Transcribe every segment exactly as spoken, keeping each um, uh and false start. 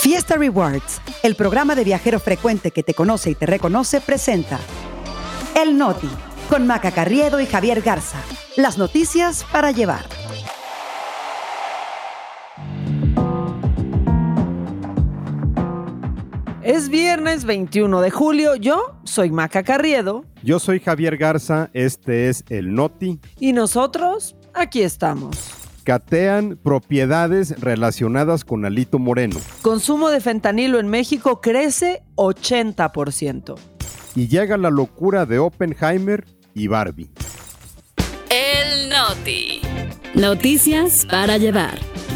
Fiesta Rewards, el programa de viajero frecuente que te conoce y te reconoce, presenta El Noti, con Maca Carriedo y Javier Garza. Las noticias para llevar. Es viernes veintiuno de julio, yo soy Maca Carriedo. Yo soy Javier Garza, este es El Noti. Y nosotros, aquí estamos. Catean propiedades relacionadas con Alito Moreno. Consumo de fentanilo en México crece ochenta por ciento. Y llega la locura de Oppenheimer y Barbie. El Noti. Noticias para llevar.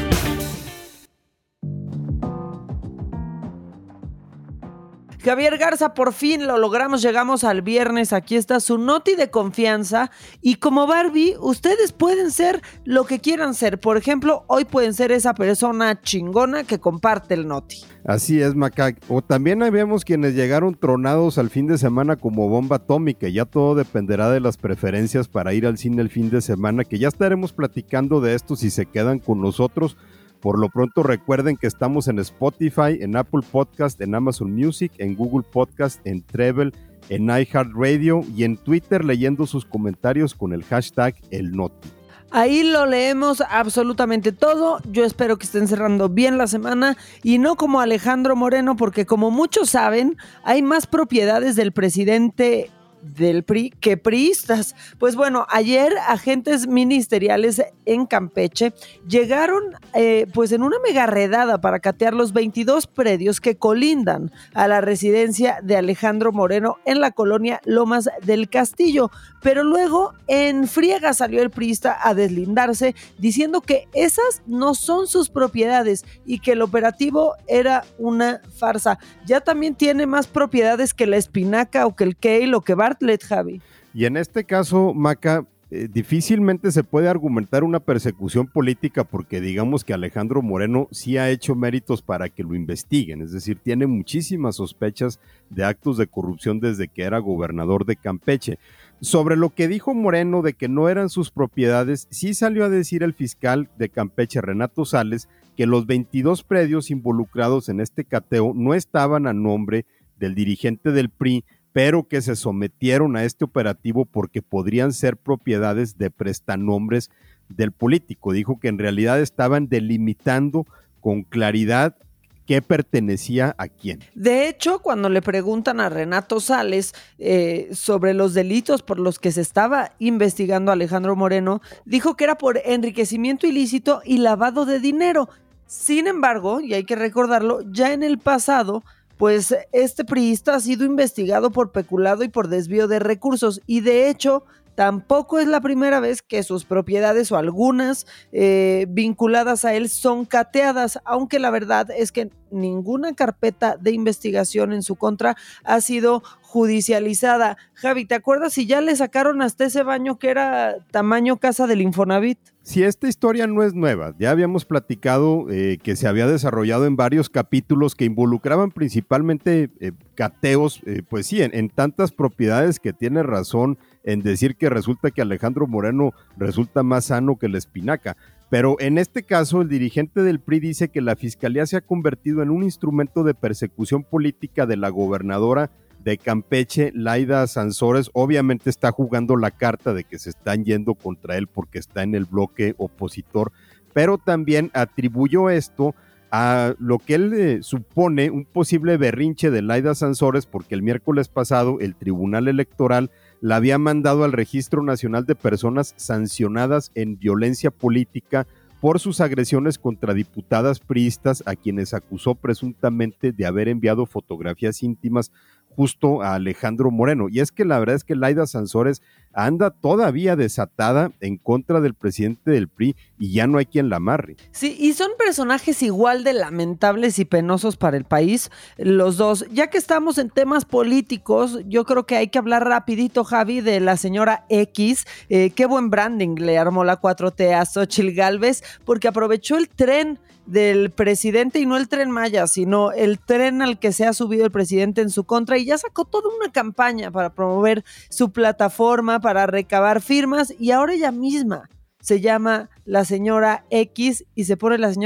Javier Garza, por fin lo logramos, llegamos al viernes, aquí está su Noti de confianza y como Barbie, ustedes pueden ser lo que quieran ser. Por ejemplo, hoy pueden ser esa persona chingona que comparte el Noti. Así es, Maca. O también habíamos quienes llegaron tronados al fin de semana como bomba atómica. Ya todo dependerá de las preferencias para ir al cine el fin de semana, que ya estaremos platicando de esto si se quedan con nosotros. Por lo pronto recuerden que estamos en Spotify, en Apple Podcast, en Amazon Music, en Google Podcast, en Treble, en iHeartRadio y en Twitter leyendo sus comentarios con el hashtag ElNoti. Ahí lo leemos absolutamente todo. Yo espero que estén cerrando bien la semana y no como Alejandro Moreno, porque como muchos saben, hay más propiedades del presidente del P R I que priistas. Pues bueno, ayer agentes ministeriales en Campeche llegaron eh, pues en una mega redada para catear los veintidós predios que colindan a la residencia de Alejandro Moreno en la colonia Lomas del Castillo, pero luego en friega salió el priista a deslindarse diciendo que esas no son sus propiedades y que el operativo era una farsa. Ya también tiene más propiedades que la Espinaca o que el Keil o que Bartlett, Javi. Y en este caso, Maca, eh, difícilmente se puede argumentar una persecución política porque digamos que Alejandro Moreno sí ha hecho méritos para que lo investiguen, es decir, tiene muchísimas sospechas de actos de corrupción desde que era gobernador de Campeche. Sobre lo que dijo Moreno de que no eran sus propiedades, sí salió a decir el fiscal de Campeche, Renato Sales, que los veintidós predios involucrados en este cateo no estaban a nombre del dirigente del P R I, pero que se sometieron a este operativo porque podrían ser propiedades de prestanombres del político. Dijo que en realidad estaban delimitando con claridad qué pertenecía a quién. De hecho, cuando le preguntan a Renato Sales eh, sobre los delitos por los que se estaba investigando a Alejandro Moreno, dijo que era por enriquecimiento ilícito y lavado de dinero. Sin embargo, y hay que recordarlo, ya en el pasado, pues este priista ha sido investigado por peculado y por desvío de recursos y de hecho tampoco es la primera vez que sus propiedades o algunas eh, vinculadas a él son cateadas, aunque la verdad es que ninguna carpeta de investigación en su contra ha sido judicializada. Javi, ¿te acuerdas si ya le sacaron hasta ese baño que era tamaño casa del Infonavit? Si esta historia no es nueva, ya habíamos platicado eh, que se había desarrollado en varios capítulos que involucraban principalmente eh, cateos, eh, pues sí, en, en tantas propiedades que tiene razón en decir que resulta que Alejandro Moreno resulta más sano que la Espinaca. Pero en este caso, el dirigente del P R I dice que la fiscalía se ha convertido en un instrumento de persecución política de la gobernadora de Campeche, Laida Sansores. Obviamente está jugando la carta de que se están yendo contra él porque está en el bloque opositor, pero también atribuyó esto a lo que él eh, supone un posible berrinche de Laida Sansores, porque el miércoles pasado el Tribunal Electoral la había mandado al Registro Nacional de Personas Sancionadas en Violencia Política por sus agresiones contra diputadas priistas a quienes acusó presuntamente de haber enviado fotografías íntimas justo a Alejandro Moreno. Y es que la verdad es que Laida Sansores anda todavía desatada en contra del presidente del P R I y ya no hay quien la amarre. Sí, y son personajes igual de lamentables y penosos para el país, los dos. Ya que estamos en temas políticos, yo creo que hay que hablar rapidito, Javi, de la señora X. Eh, qué buen branding le armó la cuatro T a Xóchitl Gálvez, porque aprovechó el tren del presidente, y no el Tren Maya, sino el tren al que se ha subido el presidente en su contra, y ya sacó toda una campaña para promover su plataforma, para recabar firmas, y ahora ella misma se llama la señora X y se pone la señora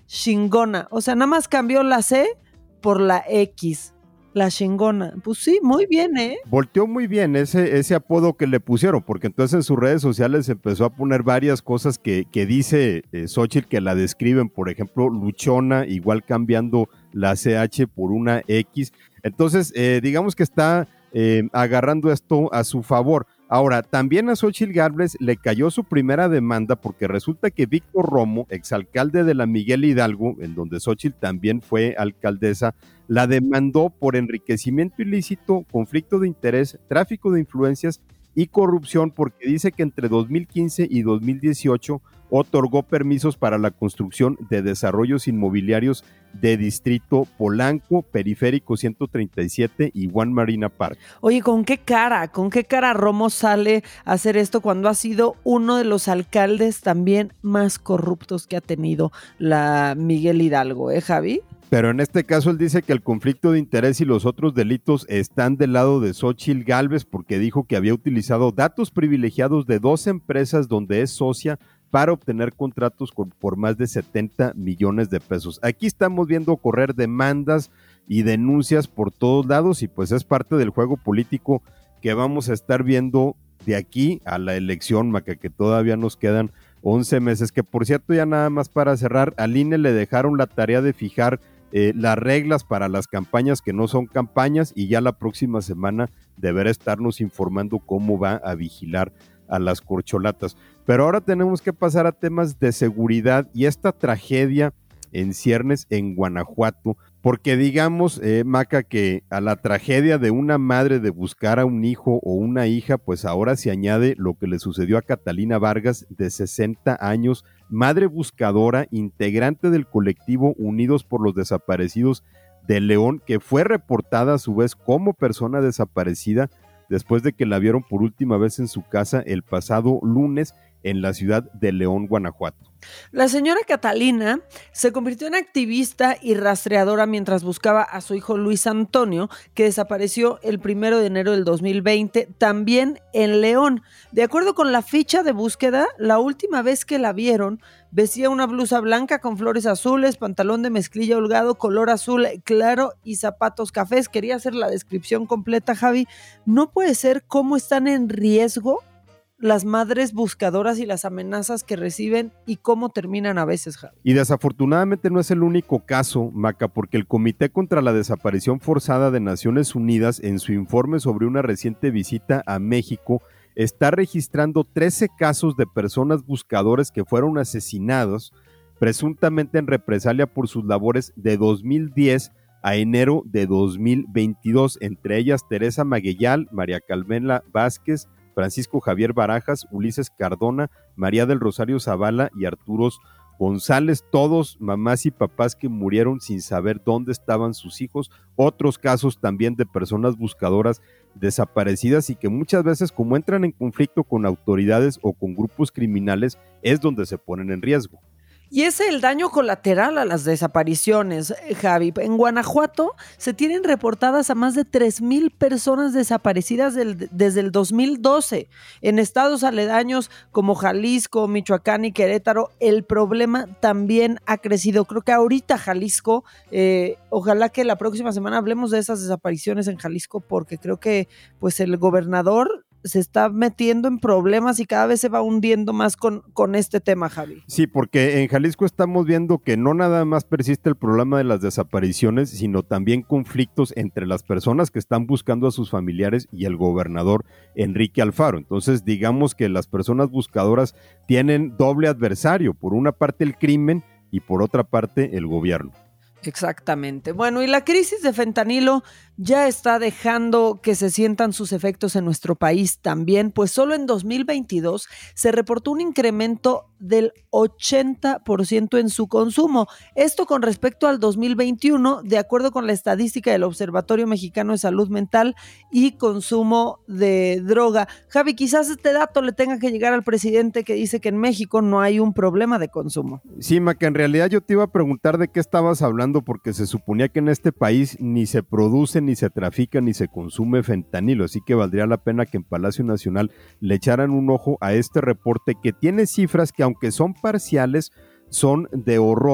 chingona. O sea, nada más cambió la C por la X. La chingona. Pues sí, muy bien, ¿eh? Volteó muy bien ese, ese apodo que le pusieron, porque entonces en sus redes sociales empezó a poner varias cosas que, que dice eh, Xóchitl que la describen, por ejemplo, luchona, igual cambiando la C H por una X. Entonces, eh, digamos que está eh, agarrando esto a su favor. Ahora, también a Xóchitl Gálvez le cayó su primera demanda porque resulta que Víctor Romo, exalcalde de la Miguel Hidalgo, en donde Xóchitl también fue alcaldesa, la demandó por enriquecimiento ilícito, conflicto de interés, tráfico de influencias y corrupción, porque dice que entre dos mil quince y dos mil dieciocho otorgó permisos para la construcción de desarrollos inmobiliarios de Distrito Polanco, Periférico ciento treinta y siete y One Marina Park. Oye, ¿con qué cara? ¿Con qué cara Romo sale a hacer esto cuando ha sido uno de los alcaldes también más corruptos que ha tenido la Miguel Hidalgo, eh, Javi? Pero en este caso él dice que el conflicto de interés y los otros delitos están del lado de Xóchitl Gálvez porque dijo que había utilizado datos privilegiados de dos empresas donde es socia para obtener contratos con, por más de setenta millones de pesos. Aquí estamos viendo correr demandas y denuncias por todos lados y pues es parte del juego político que vamos a estar viendo de aquí a la elección, Maca, que todavía nos quedan once meses, que por cierto ya nada más para cerrar, al I N E le dejaron la tarea de fijar Eh, las reglas para las campañas que no son campañas y ya la próxima semana deberá estarnos informando cómo va a vigilar a las corcholatas. Pero ahora tenemos que pasar a temas de seguridad y esta tragedia en ciernes en Guanajuato, porque digamos, eh, Maca, que a la tragedia de una madre de buscar a un hijo o una hija, pues ahora se añade lo que le sucedió a Catalina Vargas, de sesenta años, madre buscadora, integrante del colectivo Unidos por los Desaparecidos de León, que fue reportada a su vez como persona desaparecida después de que la vieron por última vez en su casa el pasado lunes en la ciudad de León, Guanajuato. La señora Catalina se convirtió en activista y rastreadora mientras buscaba a su hijo Luis Antonio, que desapareció el primero de enero del dos mil veinte, también en León. De acuerdo con la ficha de búsqueda, la última vez que la vieron, vestía una blusa blanca con flores azules, pantalón de mezclilla holgado, color azul claro y zapatos cafés. Quería hacer la descripción completa, Javi. No puede ser cómo están en riesgo las madres buscadoras y las amenazas que reciben y cómo terminan a veces, Javi. Y desafortunadamente no es el único caso, Maca, porque el Comité contra la Desaparición Forzada de Naciones Unidas, en su informe sobre una reciente visita a México, está registrando trece casos de personas buscadoras que fueron asesinados, presuntamente en represalia por sus labores de dos mil diez a enero de dos mil veintidós, entre ellas Teresa Maguellal, María Carmela Vázquez, Francisco Javier Barajas, Ulises Cardona, María del Rosario Zavala y Arturo González, todos mamás y papás que murieron sin saber dónde estaban sus hijos. Otros casos también de personas buscadoras desaparecidas y que muchas veces, como entran en conflicto con autoridades o con grupos criminales, es donde se ponen en riesgo. Y es el daño colateral a las desapariciones, Javi. En Guanajuato se tienen reportadas a más de tres mil personas desaparecidas del, desde el dos mil doce. En estados aledaños como Jalisco, Michoacán y Querétaro, el problema también ha crecido. Creo que ahorita Jalisco, eh, ojalá que la próxima semana hablemos de esas desapariciones en Jalisco, porque creo que pues el gobernador se está metiendo en problemas y cada vez se va hundiendo más con, con este tema, Javi. Sí, porque en Jalisco estamos viendo que no nada más persiste el problema de las desapariciones, sino también conflictos entre las personas que están buscando a sus familiares y el gobernador Enrique Alfaro. Entonces, digamos que las personas buscadoras tienen doble adversario, por una parte el crimen y por otra parte el gobierno. Exactamente. Bueno, y la crisis de fentanilo ya está dejando que se sientan sus efectos en nuestro país también, pues solo en dos mil veintidós se reportó un incremento del ochenta por ciento en su consumo. Esto con respecto al dos mil veintiuno, de acuerdo con la estadística del Observatorio Mexicano de Salud Mental y Consumo de Droga. Javi, quizás este dato le tenga que llegar al presidente, que dice que en México no hay un problema de consumo. Sí, Maca, en realidad yo te iba a preguntar de qué estabas hablando, porque se suponía que en este país ni se produce, ni se trafica, ni se consume fentanilo, así que valdría la pena que en Palacio Nacional le echaran un ojo a este reporte que tiene cifras que, aunque son parciales, son de horror,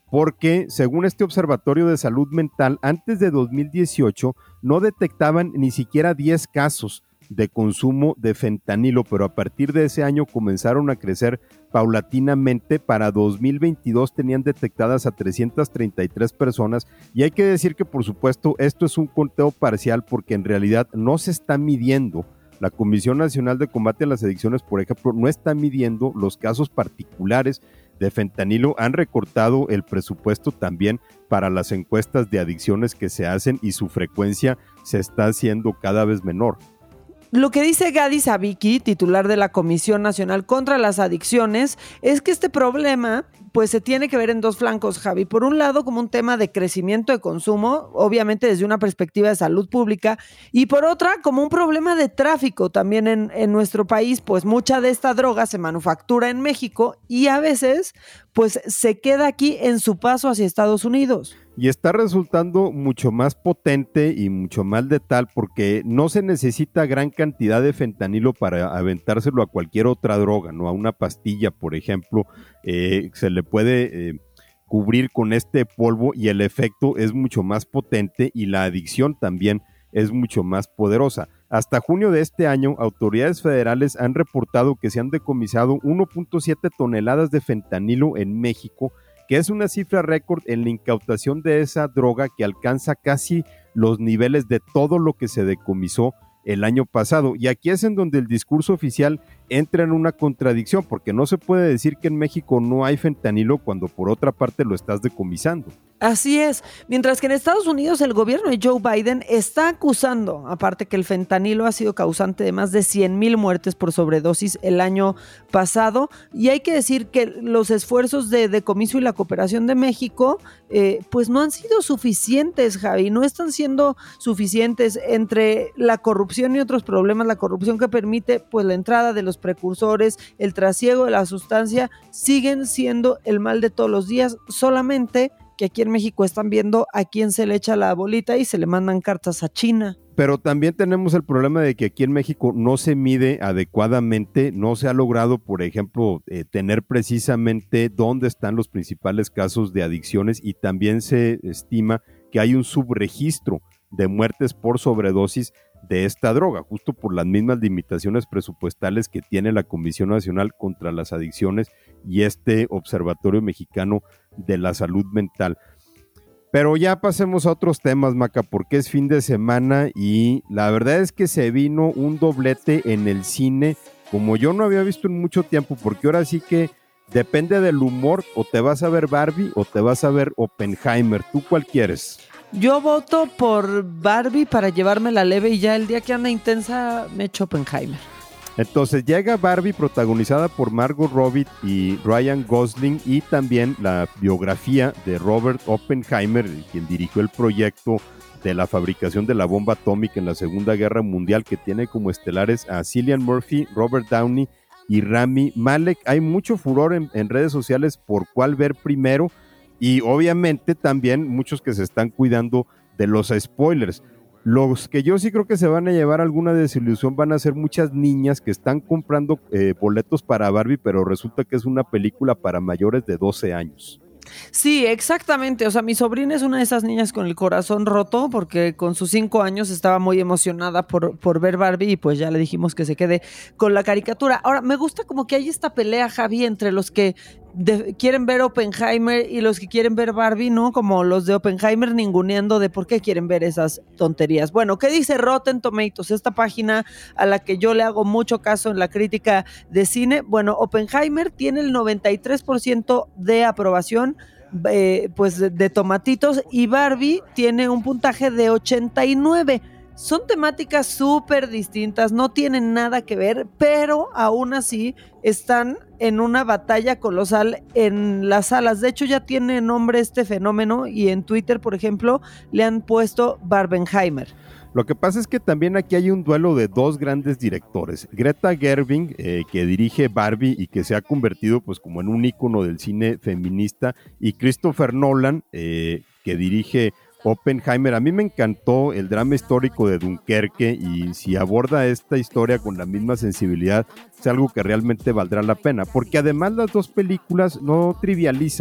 porque según este Observatorio de Salud Mental, antes de dos mil dieciocho no detectaban ni siquiera diez casos de consumo de fentanilo, pero a partir de ese año comenzaron a crecer paulatinamente. Para dos mil veintidós tenían detectadas a trescientas treinta y tres personas, y hay que decir que por supuesto esto es un conteo parcial porque en realidad no se está midiendo. La Comisión Nacional de Combate a las Adicciones, por ejemplo, no está midiendo los casos particulares de fentanilo. Han recortado el presupuesto también para las encuestas de adicciones que se hacen y su frecuencia se está haciendo cada vez menor. Lo que dice Gadi Sabiki, titular de la Comisión Nacional contra las Adicciones, es que este problema pues se tiene que ver en dos flancos, Javi. Por un lado, como un tema de crecimiento de consumo, obviamente desde una perspectiva de salud pública, y por otra, como un problema de tráfico también en, en nuestro país, pues mucha de esta droga se manufactura en México y a veces pues se queda aquí en su paso hacia Estados Unidos. Y está resultando mucho más potente y mucho más letal porque no se necesita gran cantidad de fentanilo para aventárselo a cualquier otra droga, ¿no? A una pastilla, por ejemplo, eh, se le puede eh, cubrir con este polvo y el efecto es mucho más potente y la adicción también es mucho más poderosa. Hasta junio de este año, autoridades federales han reportado que se han decomisado uno punto siete toneladas de fentanilo en México, que es una cifra récord en la incautación de esa droga que alcanza casi los niveles de todo lo que se decomisó el año pasado. Y aquí es en donde el discurso oficial entra en una contradicción, porque no se puede decir que en México no hay fentanilo cuando por otra parte lo estás decomisando. Así es, mientras que en Estados Unidos el gobierno de Joe Biden está acusando, aparte que el fentanilo ha sido causante de más de cien mil muertes por sobredosis el año pasado, y hay que decir que los esfuerzos de decomiso y la cooperación de México eh, pues no han sido suficientes, Javi, no están siendo suficientes entre la corrupción y otros problemas, la corrupción que permite pues la entrada de los precursores, el trasiego de la sustancia, siguen siendo el mal de todos los días, solamente que aquí en México están viendo a quién se le echa la bolita y se le mandan cartas a China. Pero también tenemos el problema de que aquí en México no se mide adecuadamente, no se ha logrado, por ejemplo, eh, tener precisamente dónde están los principales casos de adicciones, y también se estima que hay un subregistro de muertes por sobredosis de esta droga, justo por las mismas limitaciones presupuestales que tiene la Comisión Nacional contra las Adicciones y este Observatorio Mexicano de la Salud Mental. Pero ya pasemos a otros temas, Maca, porque es fin de semana y la verdad es que se vino un doblete en el cine como yo no había visto en mucho tiempo, porque ahora sí que depende del humor, o te vas a ver Barbie o te vas a ver Oppenheimer. ¿Tú cuál quieres? Yo voto por Barbie para llevarme la leve y ya el día que anda intensa me echo Oppenheimer. Entonces llega Barbie, protagonizada por Margot Robbie y Ryan Gosling, y también la biografía de Robert Oppenheimer, quien dirigió el proyecto de la fabricación de la bomba atómica en la Segunda Guerra Mundial, que tiene como estelares a Cillian Murphy, Robert Downey y Rami Malek. Hay mucho furor en, en redes sociales por cuál ver primero, y obviamente también muchos que se están cuidando de los spoilers. Los que yo sí creo que se van a llevar alguna desilusión van a ser muchas niñas que están comprando eh, boletos para Barbie, pero resulta que es una película para mayores de doce años. Sí, exactamente. O sea, mi sobrina es una de esas niñas con el corazón roto porque con sus cinco años estaba muy emocionada por, por ver Barbie y pues ya le dijimos que se quede con la caricatura. Ahora, me gusta como que hay esta pelea, Javi, entre los que de, quieren ver Oppenheimer y los que quieren ver Barbie, ¿no? Como los de Oppenheimer ninguneando de por qué quieren ver esas tonterías. Bueno, ¿qué dice Rotten Tomatoes? Esta página a la que yo le hago mucho caso en la crítica de cine. Bueno, Oppenheimer tiene el noventa y tres por ciento de aprobación, eh, pues de, de tomatitos, y Barbie tiene un puntaje de ochenta y nueve. Son temáticas súper distintas, no tienen nada que ver, pero aún así están en una batalla colosal en las salas. De hecho, ya tiene nombre este fenómeno y en Twitter, por ejemplo, le han puesto Barbenheimer. Lo que pasa es que también aquí hay un duelo de dos grandes directores. Greta Gerwig, eh, que dirige Barbie y que se ha convertido pues como en un ícono del cine feminista, y Christopher Nolan, eh, que dirige Oppenheimer. A mí me encantó el drama histórico de Dunkerque, y si aborda esta historia con la misma sensibilidad, es algo que realmente valdrá la pena, porque además las dos películas no trivializan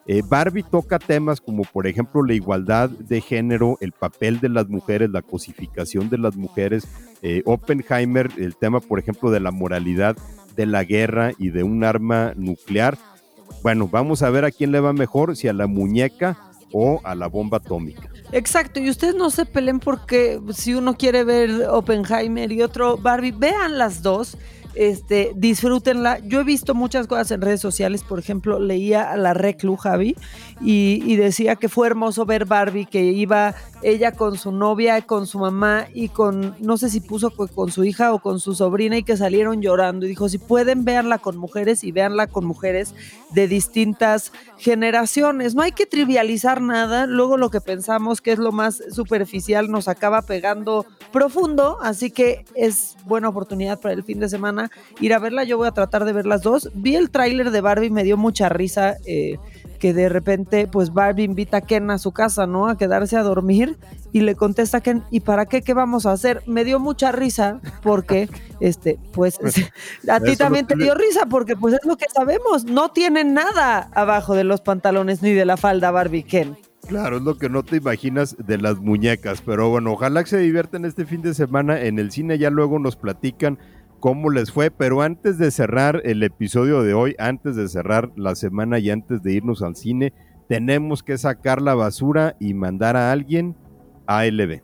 Eh, Barbie toca temas como por ejemplo la igualdad de género, el papel de las mujeres, la cosificación de las mujeres. eh, Oppenheimer, el tema por ejemplo de la moralidad de la guerra y de un arma nuclear. Bueno, vamos a ver a quién le va mejor, si a la muñeca o a la bomba atómica. Exacto, y ustedes no se peleen porque si uno quiere ver Oppenheimer y otro Barbie, vean las dos. Este, disfrútenla. Yo he visto muchas cosas en redes sociales, por ejemplo, leía a la Reclu, Javi, y, y decía que fue hermoso ver Barbie, que iba ella con su novia, con su mamá y con, no sé si puso con su hija o con su sobrina, y que salieron llorando, y dijo, si pueden, véanla con mujeres y véanla con mujeres de distintas generaciones. No hay que trivializar nada, luego lo que pensamos que es lo más superficial nos acaba pegando profundo, así que es buena oportunidad para el fin de semana ir a verla. Yo voy a tratar de ver las dos. Vi el tráiler de Barbie, me dio mucha risa, eh, que de repente pues Barbie invita a Ken a su casa, ¿no? A quedarse a dormir, y le contesta a Ken, ¿y para qué? ¿Qué vamos a hacer? Me dio mucha risa porque, este, pues, a ti también te dio risa porque pues es lo que sabemos, no tienen nada abajo de los pantalones ni de la falda Barbie Ken. Claro, es lo que no te imaginas de las muñecas, pero bueno, ojalá que se diviertan este fin de semana en el cine, ya luego nos platican cómo les fue, pero antes de cerrar el episodio de hoy, antes de cerrar la semana y antes de irnos al cine, tenemos que sacar la basura y mandar a alguien a L B.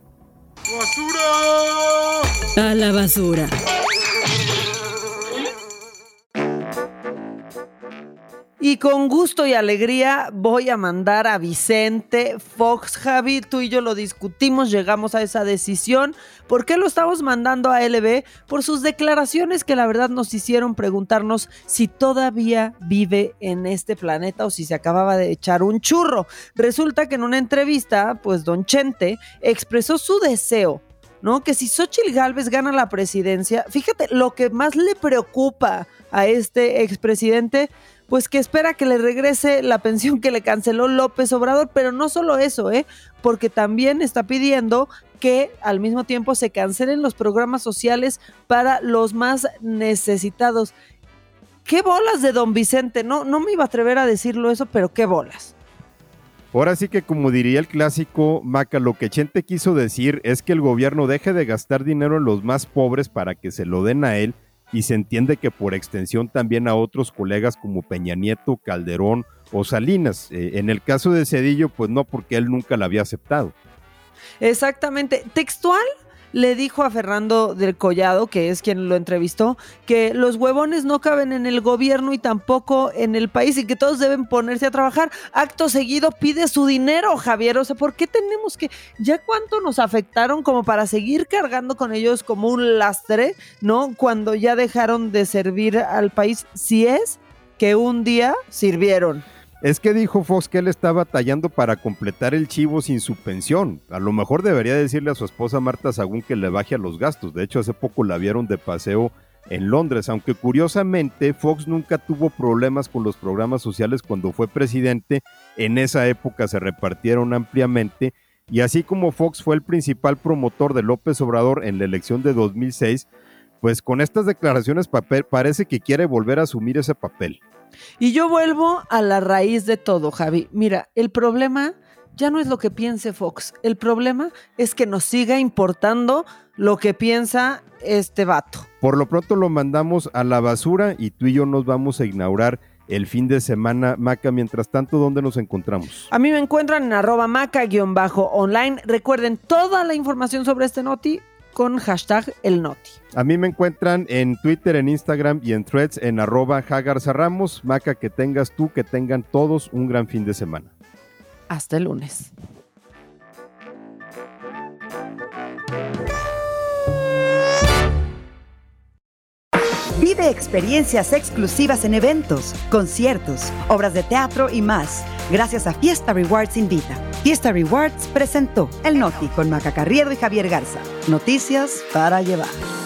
¡Basura! A la basura. Y con gusto y alegría voy a mandar a Vicente Fox. Javi, tú y yo lo discutimos, llegamos a esa decisión. ¿Por qué lo estamos mandando a L B? Por sus declaraciones que la verdad nos hicieron preguntarnos si todavía vive en este planeta o si se acababa de echar un churro. Resulta que en una entrevista, pues don Chente expresó su deseo, ¿no? Que si Xóchitl Gálvez gana la presidencia, fíjate lo que más le preocupa a este expresidente, pues que espera que le regrese la pensión que le canceló López Obrador, pero no solo eso, ¿eh? Porque también está pidiendo que al mismo tiempo se cancelen los programas sociales para los más necesitados. ¿Qué bolas de don Vicente? No, no me iba a atrever a decirlo eso, pero qué bolas. Ahora sí que, como diría el clásico, Maca, lo que Chente quiso decir es que el gobierno deje de gastar dinero en los más pobres para que se lo den a él, y se entiende que por extensión también a otros colegas como Peña Nieto, Calderón o Salinas. Eh, en el caso de Zedillo, pues no, porque él nunca la había aceptado. Exactamente. Textual le dijo a Fernando del Collado, que es quien lo entrevistó, que los huevones no caben en el gobierno y tampoco en el país y que todos deben ponerse a trabajar. Acto seguido pide su dinero, Javier. O sea, ¿por qué tenemos que...? ¿Ya cuánto nos afectaron como para seguir cargando con ellos como un lastre, ¿no? Cuando ya dejaron de servir al país, si es que un día sirvieron. Es que dijo Fox que él está batallando para completar el chivo sin su pensión. A lo mejor debería decirle a su esposa Marta Sagún que le baje a los gastos. De hecho, hace poco la vieron de paseo en Londres, aunque curiosamente Fox nunca tuvo problemas con los programas sociales cuando fue presidente. En esa época se repartieron ampliamente, y así como Fox fue el principal promotor de López Obrador en la elección de dos mil seis, pues con estas declaraciones papel, parece que quiere volver a asumir ese papel. Y yo vuelvo a la raíz de todo, Javi. Mira, el problema ya no es lo que piense Fox. El problema es que nos siga importando lo que piensa este vato. Por lo pronto lo mandamos a la basura y tú y yo nos vamos a inaugurar el fin de semana. Maca, mientras tanto, ¿dónde nos encontramos? A mí me encuentran en arroba maca-online. Recuerden toda la información sobre este noti con hashtag el noti. A mí me encuentran en Twitter, en Instagram y en Threads en arroba jagarzarramos. Maca, que tengas tú, que tengan todos un gran fin de semana. Hasta el lunes. Vive experiencias exclusivas en eventos, conciertos, obras de teatro y más, gracias a Fiesta Rewards Invita. Fiesta Rewards presentó El Noti con Maca Carriedo y Javier Garza. Noticias para llevar.